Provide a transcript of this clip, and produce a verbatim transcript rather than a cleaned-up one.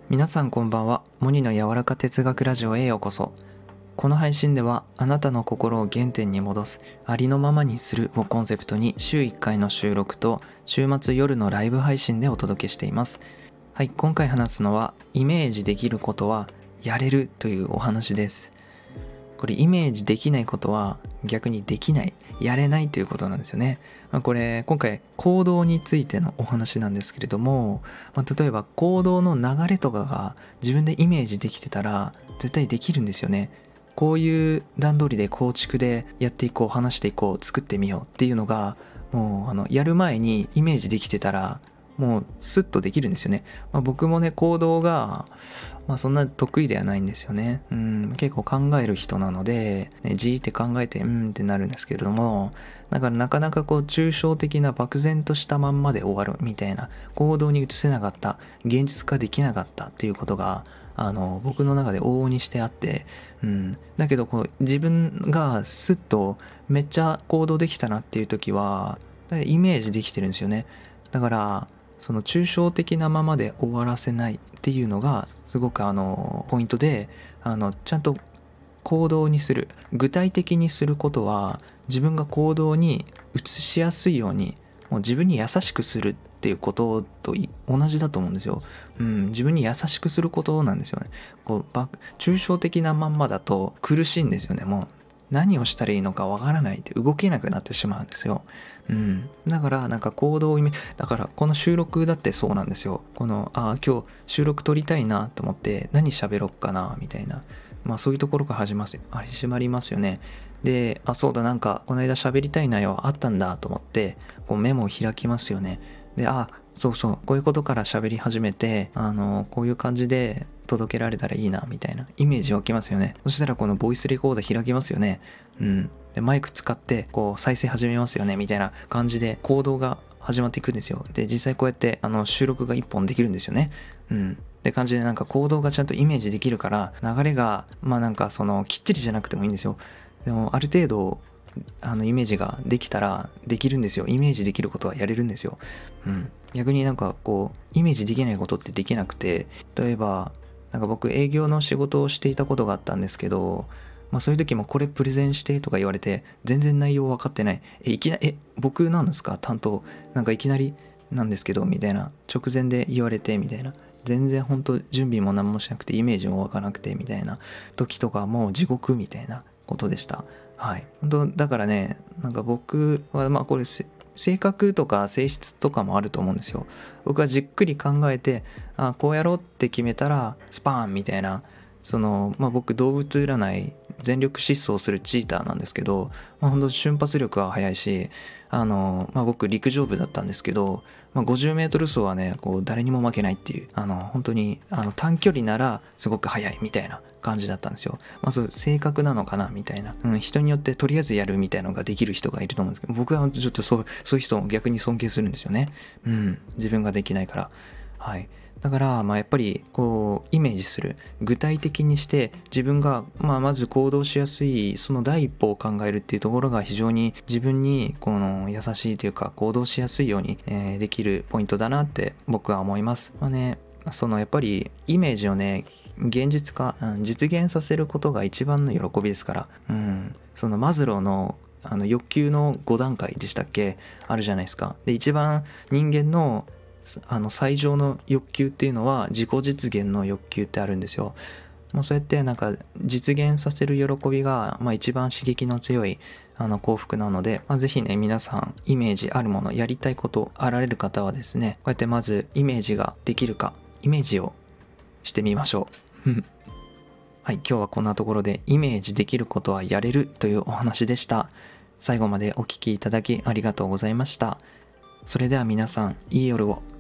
皆さんこんばんは。モニの柔らか哲学ラジオへようこそ。この配信ではあなたの心を原点に戻す、ありのままにするをコンセプトに週いっかいの収録と週末夜のライブ配信でお届けしています。はい、今回話すのはイメージできることはやれるというお話です。これイメージできないことは逆にできない、やれないということなんですよね。まあ、これ今回行動についてのお話なんですけれども、まあ、例えば行動の流れとかが自分でイメージできてたら絶対できるんですよね。こういう段取りで構築でやっていこう、話していこう、作ってみようっていうのがもうあのやる前にイメージできてたらもうスッとできるんですよね。まあ、僕もね行動が、まあ、そんな得意ではないんですよね。うん、結構考える人なので、ね、じーって考えてうんってなるんですけれども、だからなかなかこう抽象的な漠然としたまんまで終わるみたいな、行動に移せなかった、現実化できなかったっていうことがあの僕の中で往々にしてあって、うん、だけどこう自分がスッとめっちゃ行動できたなっていう時はイメージできてるんですよね。だからその抽象的なままで終わらせないっていうのがすごくあのポイントで、あのちゃんと行動にする、具体的にすることは自分が行動に移しやすいように、もう自分に優しくするっていうことと同じだと思うんですよ。うん、自分に優しくすることなんですよね。こう抽象的なまんまだと苦しいんですよね。もう何をしたらいいのかわからないって動けなくなってしまうんですよ。うん。だからなんか行動をイメだからこの収録だってそうなんですよ。このあ今日収録撮りたいなと思って何喋ろっかなみたいな、まあそういうところから始ま始まりますよね。で、あそうだなんかこの間喋りたい内容あったんだと思ってこうメモを開きますよね。で、あそうそうこういうことから喋り始めて、あのこういう感じで届けられたらいいなみたいなイメージ湧きますよね。そしたらこのボイスレコーダー開きますよね。うん。でマイク使ってこう再生始めますよねみたいな感じで行動が始まっていくんですよ。で実際こうやってあの収録が一本できるんですよね。うん。って感じでなんか行動がちゃんとイメージできるから流れがまあなんかそのきっちりじゃなくてもいいんですよ。でもある程度あのイメージができたらできるんですよ。イメージできることはやれるんですよ。うん。逆になんかこうイメージできないことってできなくて、例えばなんか僕営業の仕事をしていたことがあったんですけど、まあそういう時もこれプレゼンしてとか言われて全然内容分かってない。え、いきなり、え、僕なんですか担当。なんかいきなりなんですけどみたいな。直前で言われてみたいな。全然本当準備も何もしなくてイメージも湧かなくてみたいな時とかもう地獄みたいなことでした。はい。本当だからね、なんか僕はまあこれ性格とか性質とかもあると思うんですよ。僕はじっくり考えて、あこうやろうって決めたらスパーンみたいな、そのまあ僕動物占い全力疾走するチーターなんですけど、まあ、本当瞬発力は速いし、あのまあ僕陸上部だったんですけど、まあ、ごじゅうメートル走はねこう誰にも負けないっていう、あの本当にあの短距離ならすごく速いみたいな感じだったんですよ。まあそう性格なのかなみたいな、うん、人によってとりあえずやるみたいなのができる人がいると思うんですけど、僕はちょっとそうそういう人を逆に尊敬するんですよね。うん、自分ができないから。はい。だからまあやっぱりこうイメージする、具体的にして自分がまあまず行動しやすいその第一歩を考えるっていうところが非常に自分にこの優しいというか行動しやすいように、えー、できるポイントだなって僕は思います。まあね、そのやっぱりイメージをね現実化、実現させることが一番の喜びですから。うん、そのマズローのあの欲求のご段階でしたっけあるじゃないですか。で一番人間のあの最上の欲求っていうのは自己実現の欲求ってあるんですよ。もうそうやってなんか実現させる喜びが、まあ、一番刺激の強いあの幸福なので、まあ、ぜひね皆さんイメージあるもの、やりたいことあられる方はですね、こうやってまずイメージができるかイメージをしてみましょう。はい、今日はこんなところでイメージできることはやれるというお話でした。最後までお聞きいただきありがとうございました。それでは皆さんいい夜を。